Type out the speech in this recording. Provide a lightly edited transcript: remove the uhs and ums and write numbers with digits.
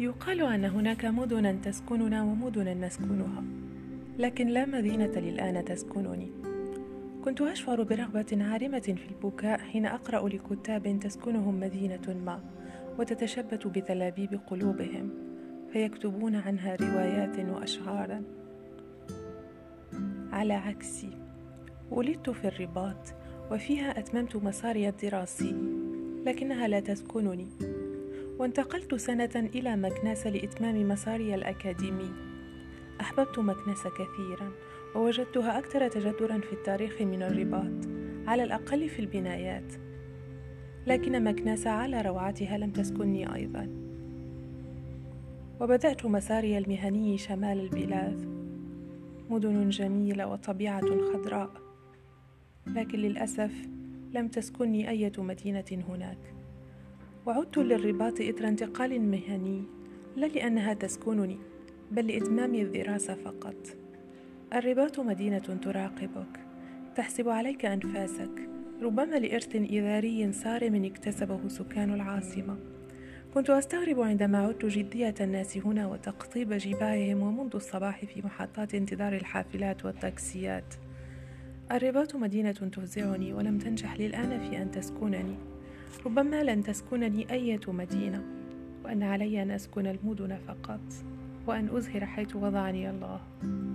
يقال أن هناك مدنا تسكننا ومدنا نسكنها، لكن لا مدينة للآن تسكنني. كنت أشعر برغبة عارمة في البكاء حين أقرأ لكتاب تسكنهم مدينة ما وتتشبت بتلابيب قلوبهم، فيكتبون عنها روايات وأشعارا. على عكسي، ولدت في الرباط وفيها أتممت مساري الدراسي، لكنها لا تسكنني. وانتقلت سنة إلى مكناس لإتمام مساري الأكاديمي. أحببت مكناس كثيرا، ووجدتها أكثر تجذرا في التاريخ من الرباط، على الأقل في البنايات. لكن مكناس على روعتها لم تسكنني أيضا. وبدأت مساري المهني شمال البلاد، مدن جميلة وطبيعة خضراء، لكن للأسف لم تسكنني أي مدينة هناك. وعدت للرباط إثر انتقال مهني، لا لأنها تسكنني، بل لإتمام الدراسة فقط. الرباط مدينة تراقبك، تحسب عليك أنفاسك، ربما لإرث إداري صارم اكتسبه سكان العاصمة. كنت أستغرب عندما عدت جدية الناس هنا وتقطيب جباههم ومنذ الصباح في محطات انتظار الحافلات والتاكسيات. الرباط مدينة تفزعني ولم تنجح للآن في أن تسكنني. ربما لن تسكنني أي مدينة، وأن علي أن أسكن المدن فقط، وأن أزهر حيث وضعني الله.